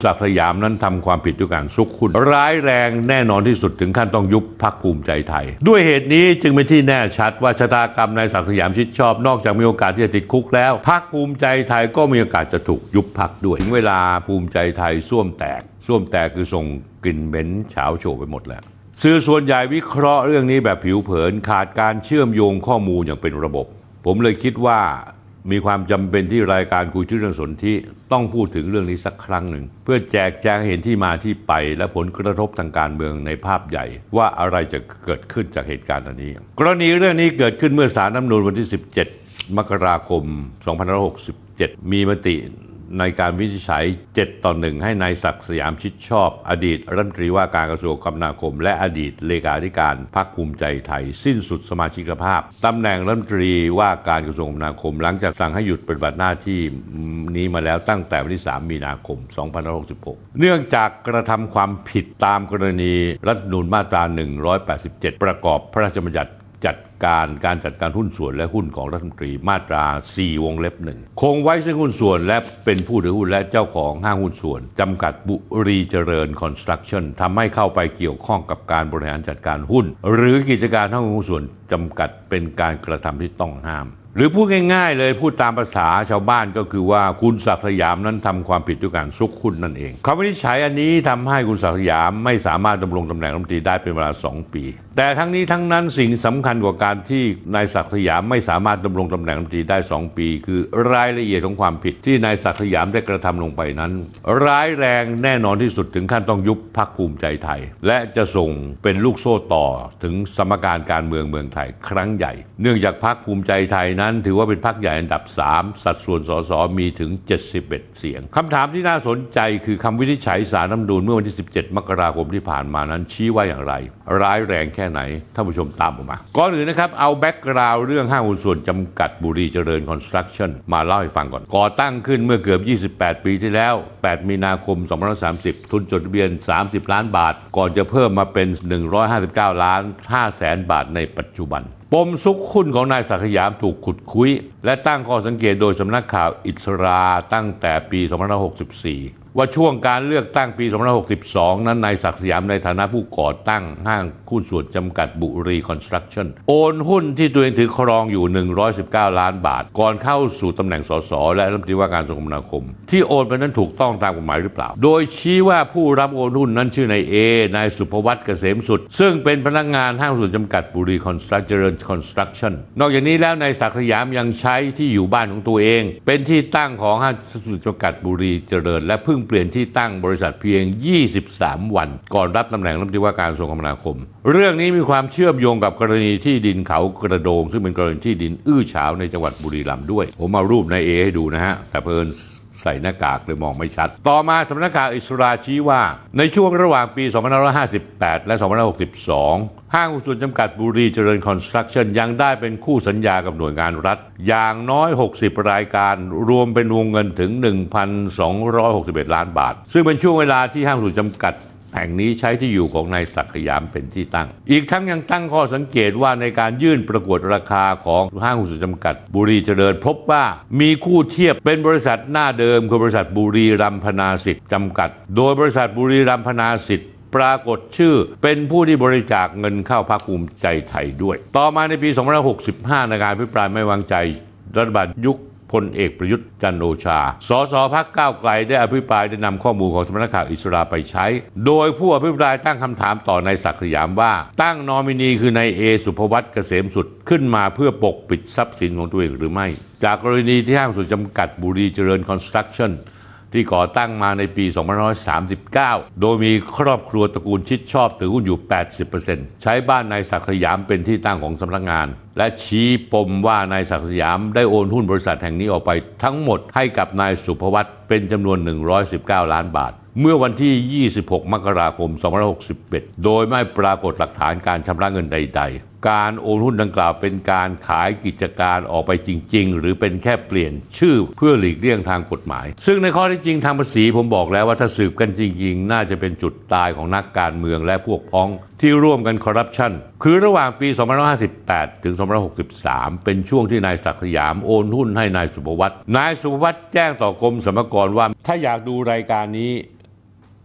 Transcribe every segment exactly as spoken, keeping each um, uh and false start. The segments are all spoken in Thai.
ศักดิ์สยามนั้นทำความผิดด้วยการซุกหุ้นร้ายแรงแน่นอนที่สุดถึงขั้นต้องยุบพรรคภูมิใจไทยด้วยเหตุนี้จึงเป็นที่แน่ชัดว่าชะตากรรมนายศักดิ์สยามชิดชอบนอกจากมีโอกาสที่จะติดคุกแล้วพรรคภูมิใจไทยก็มีโอกาสจะถูกยุบพรรคด้วยถึงเวลาภูมิใจไทยส้วมแตกส้วมแตกคือส่งกลิ่นเหม็นเฉาโฉบไปหมดแล้วสื่อส่วนใหญ่วิเคราะห์เรื่องนี้แบบผิวเผินขาดการเชื่อมโยงข้อมูลอย่างเป็นระบบผมเลยคิดว่ามีความจำเป็นที่รายการคุยเรื่องสนธิต้องพูดถึงเรื่องนี้สักครั้งหนึ่งเพื่อแจกแจงเห็นที่มาที่ไปและผลกระทบทางการเมืองในภาพใหญ่ว่าอะไรจะเกิดขึ้นจากเหตุการณ์อันนี้กรณีเรื่องนี้เกิดขึ้นเมื่อศาลรัฐธรรมนูญวันที่สิบเจ็ดมกราคมสองพันห้าร้อยหกสิบเจ็ดมีมติในการวินิจฉัยเจ็ดต่อหนึ่งให้นายศักดิ์สยามชิดชอบอดีตรัฐมนตรีว่าการกระทรวงคมนาคมและอดีตเลขาธิการพรรคภูมิใจไทยสิ้นสุดสมาชิกภาพตำแหน่งรัฐมนตรีว่าการกระทรวงคมนาคมหลังจากสั่งให้หยุดปฏิบัติหน้าที่นี้มาแล้วตั้งแต่วันที่สามมีนาคมสองพันห้าร้อยหกสิบหกเนื่องจากกระทำความผิดตามกรณีรัฐธรรมนูญมาตราหนึ่งร้อยแปดสิบเจ็ดประกอบพระราชบัญญัติจัดการการจัดการหุ้นส่วนและหุ้นของรัฐมนตรีมาตราสี่วงเล็บหนึ่งคงไว้ซึ่งหุ้นส่วนและเป็นผู้ถือหุ้นและเจ้าของห้างหุ้นส่วนจำกัดบุรีเจริญคอนสตรักชั่นทำให้เข้าไปเกี่ยวข้องกับการบริหารจัดการหุ้นหรือกิจการห้างหุ้นส่วนจำกัดเป็นการกระทำที่ต้องห้ามหรือพูดง่ายๆเลยพูดตามภาษาชาวบ้านก็คือว่าคุณศักดิ์สยามนั้นทำความผิดด้วยการซุกหุ้นนั่นเองคำวินิจฉัยอันนี้ทำให้คุณศักดิ์สยามไม่สามารถดำรงตำแหน่งรัฐมนตรีได้เป็นเวลาสองปีแต่ทั้งนี้ทั้งนั้นสิ่งสำคัญกว่าการที่นายศักดิ์สยามไม่สามารถดำรงตำแหน่งรัฐมนตรีได้สองปีคือรายละเอียดของความผิดที่นายศักดิ์สยามได้กระทำลงไปนั้นร้ายแรงแน่นอนที่สุดถึงขั้นต้องยุบพรรคภูมิใจไทยและจะส่งเป็นลูกโซ่ต่อถึงสมการการเมืองเมืองไทยครั้งใหญ่เนื่องจากพรรคภูมิใจไทยนั้นถือว่าเป็นพรรคใหญ่อันดับสามสัดส่วนสสมีถึงเจ็ดสิบเอ็ดเสียงคำถามที่น่าสนใจคือคำวินิจฉัยศาลรัฐธรรมนูญเมื่อวันที่สิบเจ็ดมกราคมที่ผ่านมานั้นชี้ว่าอย่างไรร้ายแรงแค่ไหนท่านผู้ชมตามผมมาก่อนอื่นนะครับเอาแบ็กกราวด์เรื่องห้างหุ้นส่วนจำกัดบุรีเจริญคอนสตรักชั่นมาเล่าให้ฟังก่อนก่อตั้งขึ้นเมื่อเกือบยี่สิบแปดปีที่แล้วแปดมีนาคมสองพันห้าร้อยสามสิบทุนจดทะเบียนสามสิบล้านบาทก่อนจะเพิ่มมาเป็นหนึ่งร้อยห้าสิบเก้าล้านห้าแสนบาทในปัจจุบันปมซุกหุ้นของนายศักดิ์สยามถูกขุดคุยและตั้งข้อสังเกตโดยสำนักข่าวอิสราตั้งแต่ปีสองพันห้าร้อยหกสิบสี่ว่าช่วงการเลือกตั้งปีสองพันห้าร้อยหกสิบสองนั้นนายศักดิ์สยามในฐานะผู้ก่อตั้งห้างหุ้นส่วนจำกัดบุรีคอนสตรักชั่นโอนหุ้นที่ตัวเองถือครองอยู่หนึ่งร้อยสิบเก้าล้านบาทก่อนเข้าสู่ตำแหน่งสสและรัฐมนตรีว่าการกระทรวงคมนาคมที่โอนไปนั้นถูกต้องตามกฎหมายหรือเปล่าโดยชี้ว่าผู้รับโอนหุ้นนั้นชื่อนายเอนายสุภวัฒน์เกษมสุดซึ่งเป็นพนักงานห้างหุ้นส่วนจำกัดบุรีคอนสตรักเจริญคอนสตรักชั่นนอกจากนี้แล้วนายศักดิ์สยามยังใช้ที่อยู่บ้านของตัวเองเป็นที่ตั้งของห้างหุ้นส่วนจำกัดบุรีเจริญและเพิ่งเปลี่ยนที่ตั้งบริษัทเพียงยี่สิบสามวันก่อนรับตำแหน่งรัฐมนตรีว่าการกระทรวงคมนาคมเรื่องนี้มีความเชื่อมโยงกับกรณีที่ดินเขากระโดงซึ่งเป็นกรณีที่ดินอื้อฉาวในจังหวัดบุรีรัมย์ด้วยผมเอารูปนายเอให้ดูนะฮะแต่เพิ่นใส่หน้ากากเลยมองไม่ชัดต่อมาสำนักข่าวอิสราชี้ว่าในช่วงระหว่างปีสองพันห้าร้อยห้าสิบแปดและสองพันห้าร้อยหกสิบสองห้างหุ้นส่วนจำกัดบุรีเจริญคอนสตรักชั่นยังได้เป็นคู่สัญญากับหน่วยงานรัฐอย่างน้อยหกสิบรายการรวมเป็นวงเงินถึง หนึ่งพันสองร้อยหกสิบเอ็ดล้านบาทซึ่งเป็นช่วงเวลาที่ห้างหุ้นส่วนจำกัดแห่งนี้ใช้ที่อยู่ของนายศักดิ์สยามเป็นที่ตั้งอีกทั้งยังตั้งข้อสังเกตว่าในการยื่นประกวดราคาของห้างหุ้นส่วนจำกัดบุรีเจริญพบว่ามีคู่เทียบเป็นบริษัทหน้าเดิมคือบริษัทบุรีรัมย์พนาสิทธิ์จำกัดโดยบริษัทบุรีรัมย์พนาสิทธิ์ปรากฏชื่อเป็นผู้ที่บริจาคเงินเข้าพรรคภูมิใจไทยด้วยต่อมาในปีสองพันห้าร้อยหกสิบห้าในการอภิปรายไม่วางใจรัฐบาลยุคพลเอกประยุทธ์จันทร์โอชาสสพรรคก้าวไกลได้อภิปรายได้นำข้อมูลของสำนักข่าวอิสราไปใช้โดยผู้อภิปรายตั้งคำถามต่อนายศักดิ์สยามว่าตั้งนอมินีคือนายเอสุภวัฒน์เกษมสุดขึ้นมาเพื่อปกปิดทรัพย์สินของตัวเองหรือไม่จากกรณีที่ห้างหุ้นส่วนจำกัดบุรีเจริญคอนสตรักชั่นที่ก่อตั้งมาในปีสองพันห้าร้อยสามสิบเก้าโดยมีครอบครัวตระกูลชิดชอบถือหุ้นอยู่ แปดสิบเปอร์เซ็นต์ ใช้บ้านนายศักดิ์สยามเป็นที่ตั้งของสำนักงานและชี้ปมว่านายศักดิ์สยามได้โอนหุ้นบริษัทแห่งนี้ออกไปทั้งหมดให้กับนายสุภวัฒน์เป็นจำนวนหนึ่งร้อยสิบเก้าล้านบาทเมื่อวันที่ยี่สิบหกมกราคมสองพันห้าร้อยหกสิบเอ็ดโดยไม่ปรากฏหลักฐานการชำระเงินใดๆการโอนหุ้นดังกล่าวเป็นการขายกิจการออกไปจริงๆหรือเป็นแค่เปลี่ยนชื่อเพื่อหลีกเลี่ยงทางกฎหมายซึ่งในข้อที่จริงทางภาษีผมบอกแล้วว่าถ้าสืบกันจริงๆน่าจะเป็นจุดตายของนักการเมืองและพวกพ้องที่ร่วมกันคอร์รัปชันคือระหว่างปีสองพันห้าร้อยห้าสิบแปดถึงสองพันห้าร้อยหกสิบสามเป็นช่วงที่นายศักดิ์สยามโอนหุ้นให้นายสุภวัฒน์นายสุภวัฒน์แจ้งต่อกรมสรรพากรว่าถ้าอยากดูรายการนี้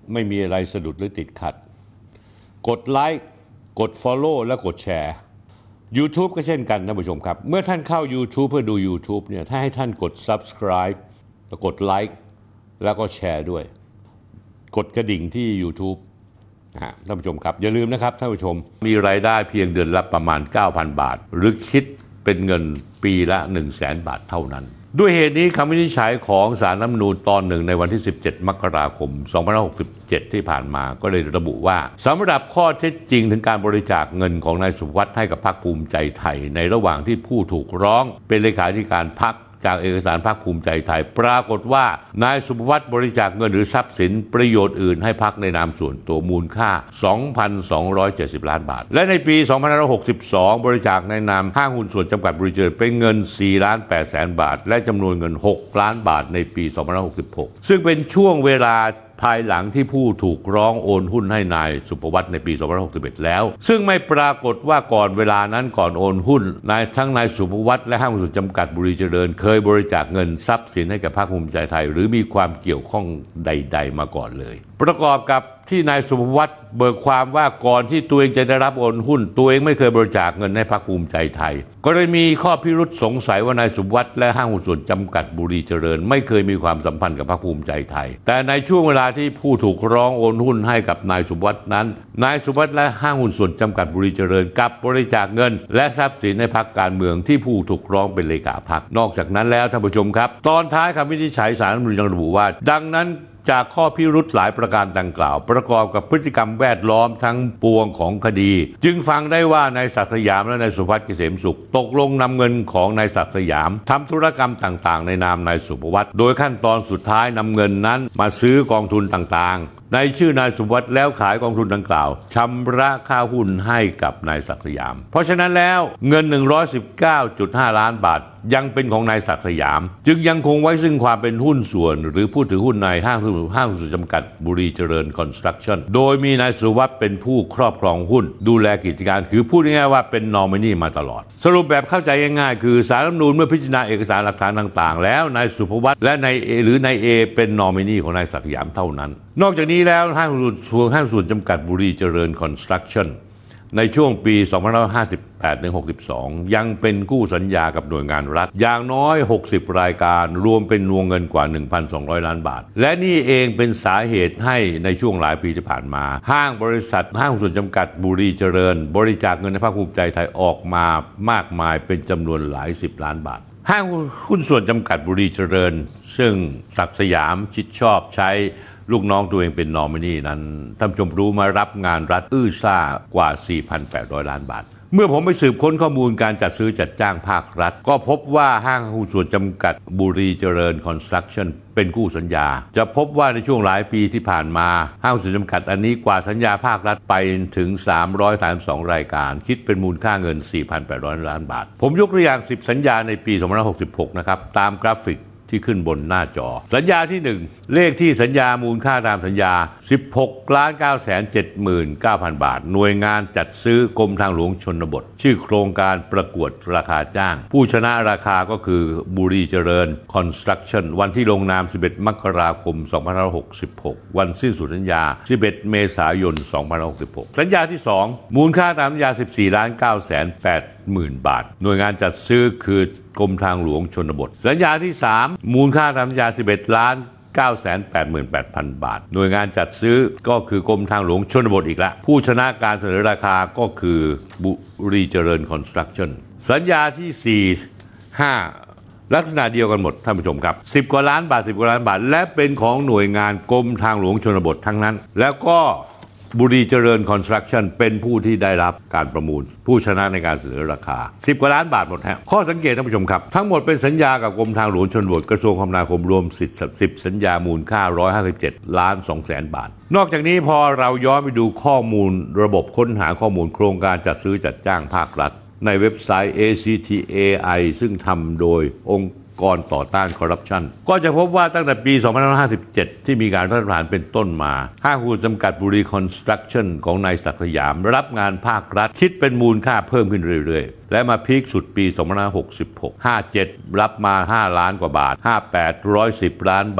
ไม่มีอะไรสะดุดหรือติดขัดกดไลค์กด Follow และกดแชร์ YouTube ก็เช่นกันท่านผู้ชมครับเมื่อท่านเข้า YouTube เพื่อดู YouTube เนี่ยถ้าให้ท่านกด Subscribe แล้วกดไลค์แล้วก็แชร์ด้วยกดกระดิ่งที่ YouTube นะฮะท่านผู้ชมครับอย่าลืมนะครับท่านผู้ชมมีรายได้เพียงเดือนละประมาณ เก้าพัน บาทหรือคิดเป็นเงินปีละ หนึ่งแสน บาทเท่านั้นด้วยเหตุนี้คำวินิจฉัยของศาลรัฐธรรมนูญตอนหนึ่งในวันที่สิบเจ็ดมกราคมสองพันห้าร้อยหกสิบเจ็ดที่ผ่านมาก็เลยระบุว่าสำหรับข้อเท็จจริงถึงการบริจาคเงินของนายสุวัสดิ์ให้กับพรรคภูมิใจไทยในระหว่างที่ผู้ถูกร้องเป็นเลขาธิการพรรคจากเอกสารพรรคภูมิใจไทยปรากฏว่านายสุวัสดิ์บริจาคเงินหรือทรัพย์สินประโยชน์อื่นให้พรรคในนามส่วนตัวมูลค่า สองพันสองร้อยเจ็ดสิบ ล้านบาทและในปี สองพันห้าร้อยหกสิบสอง บริจาคในนามห้างหุ้นส่วนจำกัดบุรีเจริญเป็นเงิน สี่ล้านแปดแสน บาทและจำนวนเงิน หกล้านบาทในปี สองพันห้าร้อยหกสิบหก ซึ่งเป็นช่วงเวลาภายหลังที่ผู้ถูกร้องโอนหุ้นให้นายสุภวัฒน์ในปี สองพันห้าร้อยหกสิบเอ็ด แล้วซึ่งไม่ปรากฏว่าก่อนเวลานั้นก่อนโอนหุ้นนายทั้งนายสุภวัฒน์และห้างหุ้นส่วนจำกัดบุรีเจริญเคยบริจาคเงินทรัพย์สินให้กับพรรคภูมิใจไทยหรือมีความเกี่ยวข้องใดๆมาก่อนเลยประกอบกับที่นายสุภวัฒน์เบิกความว่าก่อนที่ตัวเองจะได้รับโอนหุ้นตัวเองไม่เคยบริจาคเงินให้พรรคภูมิใจไทยก็เลยมีข้อพิรุษสงสัยว่านายสุภวัฒน์และห้างหุ้นส่วนจำกัดบุรีเจริญไม่เคยมีความสัมพันธ์กับพรรคภูมิใจไทยแต่ในช่วงเวลาที่ผู้ถูกร้องโอนหุ้นให้กับนายสุภวัฒน์นั้นนายสุภวัฒน์และห้างหุ้นส่วนจำกัดบุรีเจริญกับบริจาคเงินและทรัพย์สินในพรรคการเมืองที่ผู้ถูกร้องเป็นเลขาพรรคนอกจากนั้นแล้วท่านผู้ชมครับตอนท้ายคำวินิจฉัยศาลรัฐธรรมนูญยังระบุว่าดังนั้นจากข้อพิรุธหลายประการดังกล่าวประกอบกับพฤติกรรมแวดล้อมทั้งปวงของคดีจึงฟังได้ว่านายศักดิ์สยามและนายสุภัทรเกษมสุขตกลงนำเงินของนายศักดิ์สยามทำธุรกรรมต่างๆในนามนายสุภวัฒน์โดยขั้นตอนสุดท้ายนำเงินนั้นมาซื้อกองทุนต่างๆในชื่อนายสุวัฒน์แล้วขายกองทุนดังกล่าวชำระค่าหุ้นให้กับนายศักดิ์สยามเพราะฉะนั้นแล้วเงิน หนึ่งร้อยสิบเก้าจุดห้า ล้านบาทยังเป็นของนายศักดิ์สยามจึงยังคงไว้ซึ่งความเป็นหุ้นส่วนหรือผู้ถือหุ้นในห้างหุ้นห้างหุ้นส่วนจำกัดบุรีเจริญคอนสตรัคชั่นโดยมีนายสุวัฒน์เป็นผู้ครอบครองหุ้นดูแลกิจการคือพูดง่ายๆว่าเป็นนอมินีมาตลอดสรุปแบบเข้าใจง่ายๆคือศาลรัฐธรรมนูญเมื่อพิจารณาเอกสารหลักฐานต่างๆแล้วนายสุภวัฒน์และนายเอหรือนายเอเป็นนอมินีของนายศักดิ์สยามเท่านั้นนอกจากนี้แล้วห้างส่วนห้างส่วนจำกัดบุรีเจริญคอนสตรัคชั่นในช่วงปี สองพันห้าร้อยห้าสิบแปดถึงหกสิบสอง ยังเป็นคู่สัญญากับหน่วยงานรัฐอย่างน้อยหกสิบรายการรวมเป็นวงเงินกว่า หนึ่งพันสองร้อย ล้านบาทและนี่เองเป็นสาเหตุให้ในช่วงหลายปีที่ผ่านมาห้างบริษัทห้างส่วนจำกัดบุรีเจริญบริจาคเงินให้พรรคภูมิใจไทยออกมามากมายเป็นจำนวนหลายสิบล้านบาทห้างหุ้นส่วนจำกัดบุรีเจริญซึ่งศักดิ์สยามชิดชอบใช้ลูกน้องตัวเองเป็นนอมินีนั้นท่านผู้ชมรู้มารับงานรัฐอื้อซ่ากว่า สี่พันแปดร้อย ล้านบาทเมื่อผมไปสืบค้นข้อมูลการจัดซื้อจัดจ้างภาครัฐก็พบว่าห้างหุ้นส่วนจำกัดบุรีเจริญคอนสตรัคชั่นเป็นคู่สัญญาจะพบว่าในช่วงหลายปีที่ผ่านมาห้างหุ้นส่วนจำกัดอันนี้กว่าสัญญาภาครัฐไปถึงสามร้อยสามสิบสองรายการคิดเป็นมูลค่าเงิน สี่พันแปดร้อย ล้านบาทผมยกตัวอย่างสิบสัญญาในปีสองพันห้าร้อยหกสิบหกนะครับตามกราฟิกที่ขึ้นบนหน้าจอสัญญาที่หนึ่งเลขที่สัญญามูลค่าตามสัญญา สิบหกล้านเก้าแสนเจ็ดหมื่นเก้าพัน บาทหน่วยงานจัดซื้อกรมทางหลวงชนบทชื่อโครงการประกวดราคาจ้างผู้ชนะราคาก็คือบุรีเจริญคอนสตรัคชั่นวันที่ลงนามสิบเอ็ดมกราคมสองพันห้าร้อยหกสิบหกวันสิ้นสุดสัญญาสิบเอ็ดเมษายนสองพันห้าร้อยหกสิบหกสัญญาที่สองมูลค่าตามสัญญา สิบสี่ล้านเก้าแสนแปดหมื่น บาทหน่วยงานจัดซื้อคือกรมทางหลวงชนบทสัญญาที่สามมูลค่าตามสัญญา สิบเอ็ดล้านเก้าแสนแปดหมื่นแปดพัน บาทหน่วยงานจัดซื้อก็คือกรมทางหลวงชนบทอีกละผู้ชนะการเสนอราคาก็คือบุรีเจริญคอนสตรัคชั่นสัญญาที่สี่ ห้าลักษณะเดียวกันหมดท่านผู้ชมครับสิบกว่าล้านบาทสิบกว่าล้านบาทและเป็นของหน่วยงานกรมทางหลวงชนบททั้งนั้นแล้วก็บุรีเจริญคอนสตรัคชั่นเป็นผู้ที่ได้รับการประมูลผู้ชนะในการเสนอราคาสิบกว่าล้านบาทหมดฮะข้อสังเกตท่านผู้ชมครับทั้งหมดเป็นสัญญากับกรมทางหลวงชนบทกระทรวงคมนาคมรวมสิบสัญญามูลค่าหนึ่งร้อยห้าสิบเจ็ดล้านสองแสนบาทนอกจากนี้พอเราย้อนไปดูข้อมูลระบบค้นหาข้อมูลโครงการจัดซื้อจัดจ้างภาครัฐในเว็บไซต์ เอ ซี ที เอ ไอ ซึ่งทำโดยองค์กรต่อต้านคอร์รัปชันก็จะพบว่าตั้งแต่ปีสองพันห้าร้อยห้าสิบเจ็ดที่มีการรัฐประหารเป็นต้นมาห้างหุ้นจำกัดบุรีคอนสตรัคชั่นของนายศักดิ์สยามรับงานภาครัฐคิดเป็นมูลค่าเพิ่มขึ้นเรื่อยๆและมาพีคสุดปีสองพันห้าร้อยหกสิบหก ห้าสิบเจ็ดรับมาห้าล้านกว่าบาทห้าสิบแปด หนึ่งร้อยสิบล้านบาท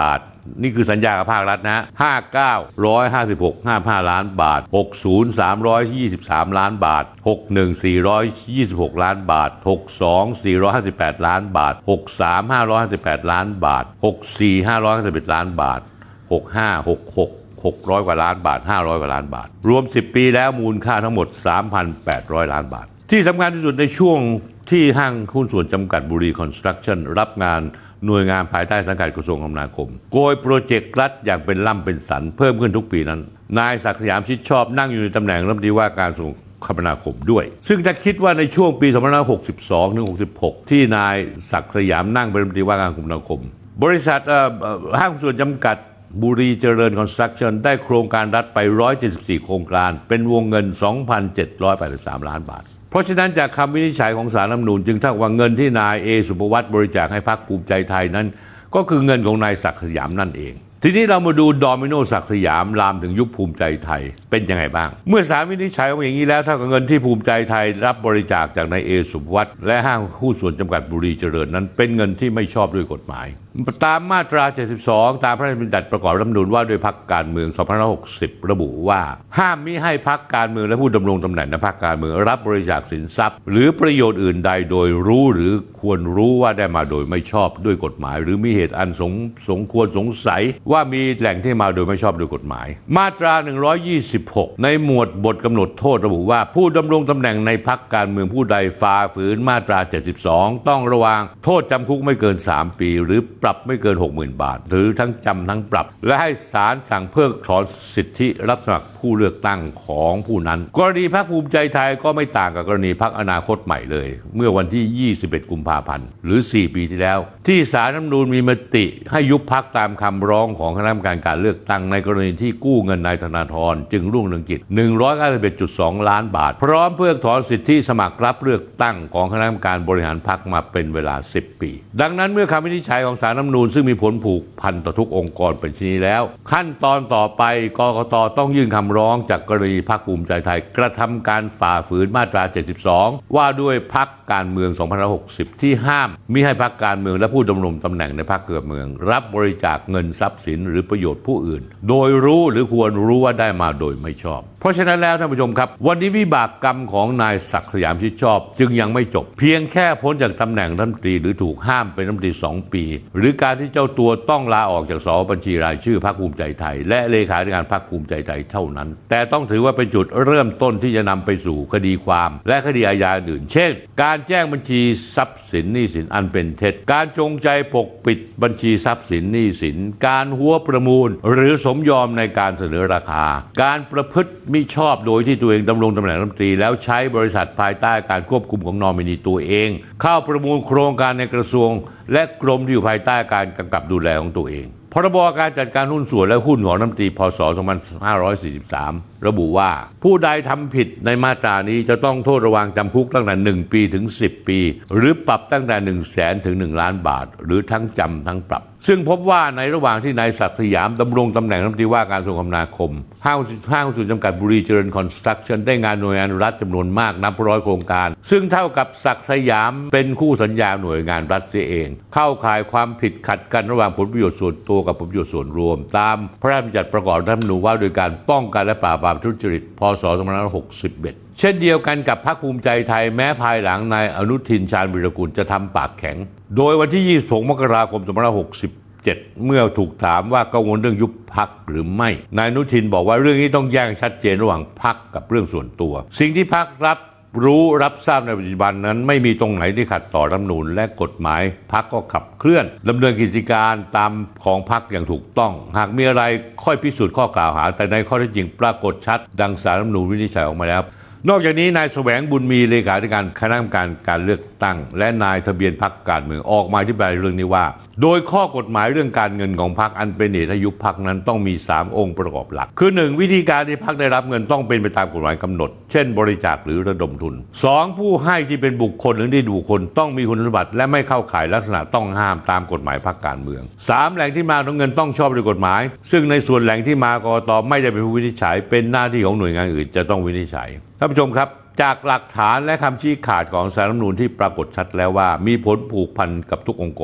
นี่คือสัญญากับภาครัฐนะห้าสิบเก้า หนึ่งร้อยห้าสิบหก ห้าสิบห้าล้านบาทหกสิบ สามร้อยยี่สิบสามล้านบาทหกสิบเอ็ด สี่ร้อยยี่สิบหกล้านบาทหกสิบสอง สี่ร้อยห้าสิบแปดล้านบาทหกสิบสาม ห้าร้อยห้าสิบแปดล้านบาทหกสิบสี่ ห้าร้อยห้าสิบเอ็ดล้านบาทหกสิบห้า หกสิบหก หกร้อยกว่าล้านบาทห้าร้อยกว่าล้านบาทรวมสิบปีแล้วมูลค่าทั้งหมด สามพันแปดร้อยล้านบาทที่สำคัญที่สุดในช่วงที่ห้างหุ้นส่วนจำกัดบุรีคอนสตรักชั่นรับงานหน่วยงานภายใต้สังกัดกระทรวงคมนาคมโกยโปรเจกต์รัฐอย่างเป็นล่ำเป็นสันเพิ่มขึ้นทุกปีนั้นนายศักดิ์สยามชิดชอบนั่งอยู่ในตำแหน่งรัฐมนตรีว่าการกระทรวงคมนาคมด้วยซึ่งถ้าคิดว่าในช่วงปีสองพันห้าร้อยหกสิบสองถึงหกสิบหกที่นายศักดิ์สยามนั่งเป็นรัฐมนตรีว่าการคมนาคมบริษัทห้างหุ้นส่วนจำกัดบุรีเจริญคอนสตรักชั่นได้โครงการรัฐไปหนึ่งร้อยเจ็ดสิบสี่โครงการเป็นวงเงิน สองพันเจ็ดร้อยแปดสิบสามล้านบาทเพราะฉะนั้นจากคำวินิจฉัยของศาลรัฐธรรมนูญจึงเท่ากับว่าเงินที่นายเอสุภวัฒน์บริจาคให้พรรคภูมิใจไทยนั้นก็คือเงินของนายศักดิ์สยามนั่นเองทีนี้เรามาดูดอมิโนศักดิ์สยามลามถึงยุคภูมิใจไทยเป็นยังไงบ้างเมื่อศาลวินิจฉัยว่าอย่างนี้แล้วเท่ากับเงินที่ภูมิใจไทยรับบริจาคจากนายเอสุภวัฒน์และห้างหุ้นส่วนจำกัดบุรีเจริญนั้นเป็นเงินที่ไม่ชอบด้วยกฎหมายตามมาตราเจ็ดสิบสองตามพระราชบัญญัติประกอบรัฐธรรมนูญว่าด้วยพรรคการเมืองสองพันห้าร้อยหกสิบระบุว่าห้ามมิให้พรรคการเมืองและผู้ดำรงตำแหน่งในพรรคการเมืองรับบริจาคสินทรัพย์หรือประโยชน์อื่นใดโดยรู้หรือควรรู้ว่าได้มาโดยไม่ชอบด้วยกฎหมายหรือมีเหตุอันสงสงควรสงสัยว่ามีแหล่งที่มาโดยไม่ชอบด้วยกฎหมายมาตราหนึ่งร้อยยี่สิบหกในหมวดบทกำหนดโทษระบุว่าผู้ดำรงตำแหน่งในพรรคการเมืองผู้ใดฝ่าฝืนมาตราเจ็ดสิบสองต้องระวางโทษจำคุกไม่เกินสามปีหรือปรับไม่เกิน หกหมื่น บาทหรือทั้งจำทั้งปรับและให้ศาลสั่งเพิกถอนสิทธิรับสมัครผู้เลือกตั้งของผู้นั้นกรณีพรรคภูมิใจไทยก็ไม่ต่างกับกรณีพรรคอนาคตใหม่เลยเมื่อวันที่ยี่สิบเอ็ดกุมภาพันธ์หรือสี่ปีที่แล้วที่ศาลรัฐธรรมนูญมีมติให้ยุบพรรคตามคำร้องของคณะกรรมการการเลือกตั้งในกรณีที่กู้เงินนายธนาธรจึงรุ่งเรืองกิจ หนึ่งร้อยเก้าสิบเอ็ดจุดสอง ล้านบาทพร้อมเพิกถอนสิทธิสมัครรับเลือกตั้งของคณะกรรมการบริหารพรรคมาเป็นเวลาสิบปีดังนั้นเมื่อคำวินิจฉัยของศาลรัฐธรรมนูญซึ่งมีผลผูกพันต่อทุกองค์กรเป็นเช่นนี้แล้วขั้นตอนต่อไปกกต.ต้องยื่นคำร้องจากกรณีพรรคภูมิใจไทยกระทำการฝ่าฝืนมาตราเจ็ดสิบสองว่าด้วยพรรคการเมืองสองพันห้าร้อยหกสิบที่ห้ามมิให้พรรคการเมืองและผู้ดำรงตำแหน่งในพรรคการเมืองรับบริจาคเงินทรัพย์สินหรือประโยชน์ผู้อื่นโดยรู้หรือควรรู้ว่าได้มาโดยไม่ชอบเพราะฉะนั้นแล้วท่านผู้ชมครับวันนี้วิบากกรรมของนายศักดิ์สยามชิดชอบจึงยังไม่จบเพียงแค่พ้นจากตำแหน่งรัฐมนตรีหรือถูกห้ามเป็นรัฐมนตรีสองปีหรือการที่เจ้าตัวต้องลาออกจากสบัญชีรายชื่อพรรคภูมิใจไทยและเลขาธิการพรรคภูมิใจไทยเท่านั้นแต่ต้องถือว่าเป็นจุดเริ่มต้นที่จะนำไปสู่คดีความและคดีอาญาอื่นเช่นการแจ้งบัญชีทรัพย์สินหนี้สินอันเป็นเท็จการจงใจปกปิดบัญชีทรัพย์สินหนี้สินการหัวประมูลหรือสมยอมในการเสนอราคาการประพฤติมิชอบโดยที่ตัวเองดำรงตำแหน่งรัฐมนตรีแล้วใช้บริษัทภายใต้การควบคุมของนอมินีตัวเองเข้าประมูลโครงการในกระทรวงและกรมที่อยู่ภายใต้การกำกับดูแลของตัวเองพรบการจัดการหุ้นส่วนและหุ้นของรัฐมนตรีพ.ศ. สองพันห้าร้อยสี่สิบสามระบุว่าผู้ใดทำผิดในมาตรานี้จะต้องโทษระวางจำคุกตั้งแต่หนึ่งปีถึงสิบปีหรือปรับตั้งแต่หนึ่งแสนถึงหนึ่งล้านบาทหรือทั้งจำทั้งปรับซึ่งพบว่าในระหว่างที่นายศักดิ์สยามดำรงตำแหน่งรัฐมนตรีว่าการกระทรวงคมนาคมห้างห้างหุ้นส่วนจำกัดบุรีเจริญคอนสตรักชั่นได้งานหน่วยงานรัฐจำนวนมากนับร้อยโครงการซึ่งเท่ากับศักดิ์สยามเป็นคู่สัญญาหน่วยงานรัฐเสียเองเข้าข่ายความผิดขัดกันระหว่างผลประโยชน์ส่วนตัวกับผลประโยชน์ส่วนรวมตามพระราชบัญญัติประกอบรัฐธรรมนูญว่าโดยการป้องกันและปราบปรามทุจริตพ.ศ. สองพันห้าร้อยหกสิบเอ็ดเช่นเดียวกันกับพรรคภูมิใจไทยแม้ภายหลังนายอนุทินชาญวีรกุลจะทำปากแข็งโดยวันที่ยี่สิบหกมกราคมสองพันห้าร้อยหกสิบเจ็ดเมื่อถูกถามว่ากังวลเรื่องยุบพรรคหรือไม่นายอนุทินบอกว่าเรื่องนี้ต้องแยกชัดเจนระหว่างพรรคกับเรื่องส่วนตัวสิ่งที่พรรครับรู้รับทราบในปัจจุบันนั้นไม่มีตรงไหนที่ขัดต่อรัฐธรรมนูญและกฎหมายพรรคก็ขับเคลื่อนดำเนินกิจการตามของพรรคอย่างถูกต้องหากมีอะไรค่อยพิสูจน์ข้อกล่าวหาแต่ในข้อเท็จจริงปรากฏชัดดังศาลรัฐธรรมนูญวินิจฉัยออกมาแล้วนอกจากนี้นายแสวงบุญมีเลขาธิการคณะกรรมการการเลือกตั้งและนายทะเบียนพรรคการเมืองออกมาอธิบายเรื่องนี้ว่าโดยข้อกฎหมายเรื่องการเงินของพรรคอันเป็นเหตุให้ยุบพรรคนั้นต้องมีสามองค์ประกอบหลักคือหนึ่งวิธีการที่พรรคได้รับเงินต้องเป็นไปตามกฎหมายกำหนดเช่นบริจาคหรือระดมทุนสองผู้ให้ที่เป็นบุคคลหรือนิติบุคคลต้องมีคุณสมบัติและไม่เข้าข่ายลักษณะต้องห้ามตามกฎหมายพรรคการเมืองสามแหล่งที่มาของเงินต้องชอบด้วยกฎหมายซึ่งในส่วนแหล่งที่มากกต.ไม่ได้เป็นผู้วินิจฉัยเป็นหน้าที่ของหน่วยงานอื่นจะต้องวินิจฉัยท่านผู้ชมครับจากหลักฐานและคำชี้ขาดของศาลรัฐธรรมนูญที่ปรากฏชัดแล้วว่ามีผลผูกพันกับทุกองค์กร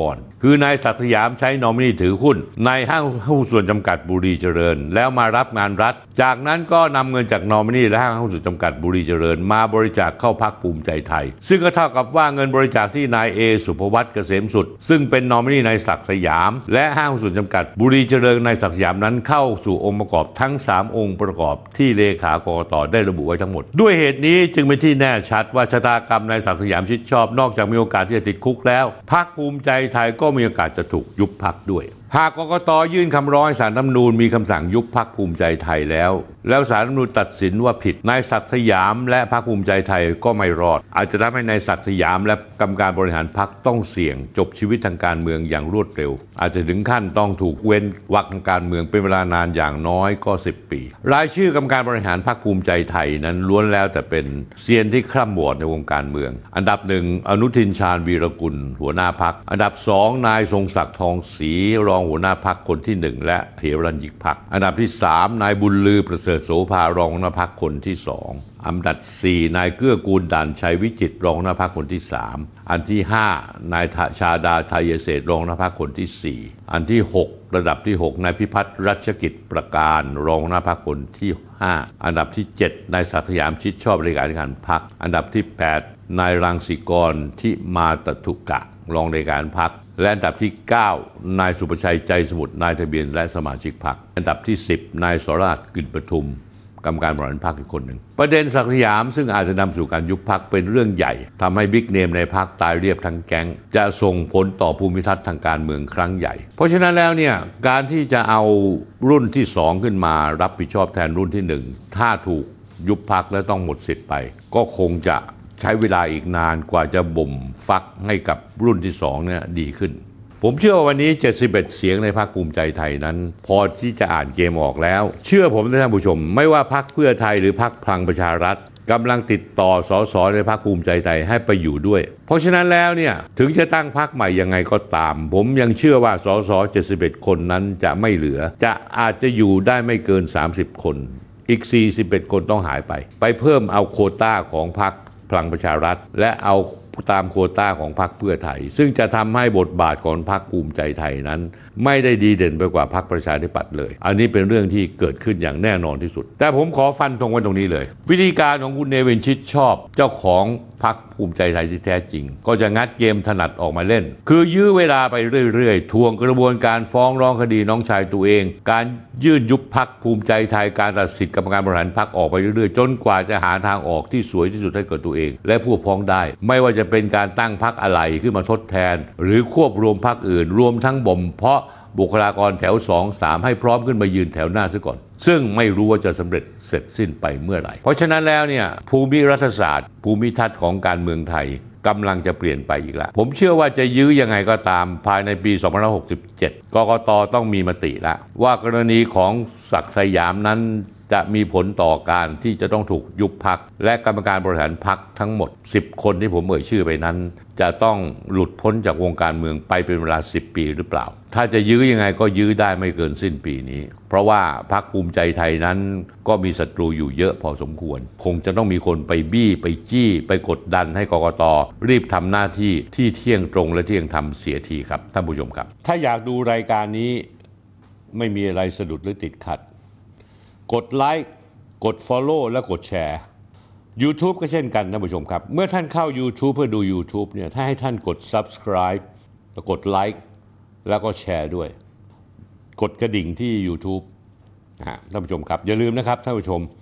คือนายศักดิ์สยามใช้นอมินีถือหุ้นในห้างหุ้นส่วนจำกัดบุรีเจริญแล้วมารับงานรัฐจากนั้นก็นำเงินจากนอมินีและห้างหุ้นส่วนจำกัดบุรีเจริญมาบริจาคเข้าพรรคภูมิใจไทยซึ่งก็เท่ากับว่าเงินบริจาคที่นายเอสุภวัฒน์เกษมสุดซึ่งเป็นนอมินีนายศักดิ์สยามและห้างหุ้นส่วนจำกัดบุรีเจริญนายศักดิ์สยามนั้นเข้าสู่องค์ประกอบทั้งสามองค์ประกอบที่เลขากกต.ได้ระบุไว้ทั้งหมดด้วยเหตุนี้จึงเป็นที่แน่ชัดว่าชะตากรรมนายศักดิ์สยามชิดชอบนอกจากมีโอกาสที่จะติดคุกแล้วพรรคภูมิใจไทยก็มีโอกาสจะถูกยุบพรรคด้วยหากกกต.ยื่นคำร้องให้ศาลรัฐธรรมนูญมีคำสั่งยุบพรรคภูมิใจไทยแล้วแล้วศาลรัฐธรรมนูญตัดสินว่าผิดนายศักดิ์สยามและพรรคภูมิใจไทยก็ไม่รอดอาจจะทำให้นายศักดิ์สยามและกรรมการบริหารพรรคต้องเสี่ยงจบชีวิตทางการเมืองอย่างรวดเร็วอาจจะถึงขั้นต้องถูกเว้นวรรคทางการเมืองเป็นเวลานานอย่างน้อยก็สิบปีรายชื่อกรรมการบริหารพรรคภูมิใจไทยนั้นล้วนแล้วแต่เป็นเซียนที่คร่ำวอดในวงการเมืองอันดับหนึ่งอนุทินชาญวีรกุลหัวหน้าพรรคอันดับสองนายทรงศักดิ์ทองศรีรองหัวหน้าพรรคคนที่หนึ่งและเหรัญญิกพรรคอันดับที่สามนายบุญลือประเสริฐโสภารองหัวหน้าพรรคคนที่สองอันดับสี่นายเกื้อกูลด่านชัยวิจิตรรองหัวหน้าพรรคคนที่สามอันที่ห้านายชาดาไทยเศรษฐ์รองหัวหน้าพรรคคนที่สี่อันที่หกระดับที่หกนายพิพัฒน์รัชกิจประการรองหัวหน้าพรรคคนที่ห้าอันดับที่เจ็ดนายศักดิ์สยามชิดชอบเลขาธิการพรรคอันดับที่แปดนายรังสิกรทิมาตทุกะรองเลขาธิการพรรคและอันดับที่เก้านายสุประชัยใจสมุทรนายทะเบียนและสมาชิกพรรคอันดับที่สิบนายสราชกลิ่นประทุมกรรมการบริหารพรรคอีกคนหนึ่งประเด็นศักดิ์สยามซึ่งอาจจะนำสู่การยุบพรรคเป็นเรื่องใหญ่ทำให้บิ๊กเนมในพรรคตายเรียบทั้งแก๊งจะส่งผลต่อภูมิทัศน์ทางการเมืองครั้งใหญ่เพราะฉะนั้นแล้วเนี่ยการที่จะเอารุ่นที่สองขึ้นมารับผิดชอบแทนรุ่นที่หนึ่งถ้าถูกยุบพรรคและต้องหมดสิทธิ์ไปก็คงจะใช้เวลาอีกนานกว่าจะบ่มฟักให้กับรุ่นที่สองเนี่ยดีขึ้นผมเชื่อว่าวันนี้เจ็ดสิบเอ็ดเสียงในพรรคภูมิใจไทยนั้นพอที่จะอ่านเกมออกแล้วเชื่อผมท่านผู้ชมไม่ว่าพรรคเพื่อไทยหรือพรรคพลังประชารัฐกำลังติดต่อสสในพรรคภูมิใจไทยให้ไปอยู่ด้วยเพราะฉะนั้นแล้วเนี่ยถึงจะตั้งพรรคใหม่ยังไงก็ตามผมยังเชื่อว่าสสเจ็ดสิบเอ็ดคนนั้นจะไม่เหลือจะอาจจะอยู่ได้ไม่เกินสามสิบคนอีกสี่สิบเอ็ดคนต้องหายไปไปเพิ่มเอาโควต้าของพรรคพลังประชารัฐและเอาตามโควต้าของพรรคเพื่อไทยซึ่งจะทำให้บทบาทของพรรคภูมิใจไทยนั้นไม่ได้ดีเด่นไปกว่าพรรคประชาธิปัตย์เลยอันนี้เป็นเรื่องที่เกิดขึ้นอย่างแน่นอนที่สุดแต่ผมขอฟันธงไว้ตรงนี้เลยวิธีการของคุณเนวินชิดชอบเจ้าของพรรคภูมิใจไทยที่แท้จริงก็จะงัดเกมถนัดออกมาเล่นคือยื้อเวลาไปเรื่อยๆทวงกระบวนการฟ้องร้องคดีน้องชายตัวเองการยื่นยุบพรรคภูมิใจไทยการตัดสิทธิ์กรรมการบริหารพรรคออกไปเรื่อยๆจนกว่าจะหาทางออกที่สวยที่สุดให้กับตัวเองและพวกพ้องได้ไม่ว่าจะเป็นการตั้งพรรคอะไรขึ้นมาทดแทนหรือควบรวมพรรคอื่นรวมทั้งบ่มเพาะบุคลากรแถวสอง สามให้พร้อมขึ้นมายืนแถวหน้าซะก่อนซึ่งไม่รู้ว่าจะสำเร็จเสร็จสิ้นไปเมื่อไหร่เพราะฉะนั้นแล้วเนี่ยภูมิรัฐศาสตร์ภูมิทัศน์ของการเมืองไทยกำลังจะเปลี่ยนไปอีกแล้วผมเชื่อว่าจะยื้อยังไงก็ตามภายในปีสองพันห้าร้อยหกสิบเจ็ดกกต.ต้องมีมติแล้วว่ากรณีของศักดิ์สยามนั้นจะมีผลต่อการที่จะต้องถูกยุบพรรคและกรรมการบริหารพรรคทั้งหมดสิบคนที่ผมเอ่ยชื่อไปนั้นจะต้องหลุดพ้นจากวงการเมืองไปเป็นเวลาสิบปีหรือเปล่าถ้าจะยื้อยังไงก็ยื้อได้ไม่เกินสิ้นปีนี้เพราะว่าพรรคภูมิใจไทยนั้นก็มีศัตรูอยู่เยอะพอสมควรคงจะต้องมีคนไปบี้ไปจี้ไปกดดันให้กกต.รีบทำหน้าที่ที่เที่ยงตรงและเที่ยงธรรมเสียทีครับท่านผู้ชมครับถ้าอยากดูรายการนี้ไม่มีอะไรสะดุดหรือติดขัดกดไลค์กด Follow และกดแชร์ YouTube ก็เช่นกันท่านผู้ชมครับเมื่อท่านเข้า YouTube เพื่อดู YouTube เนี่ยถ้าให้ท่านกด Subscribe แล้วกดไลค์แล้วก็แชร์ด้วยกดกระดิ่งที่ YouTube นะฮะท่านผู้ชมครับอย่าลืมนะครับท่านผู้ชม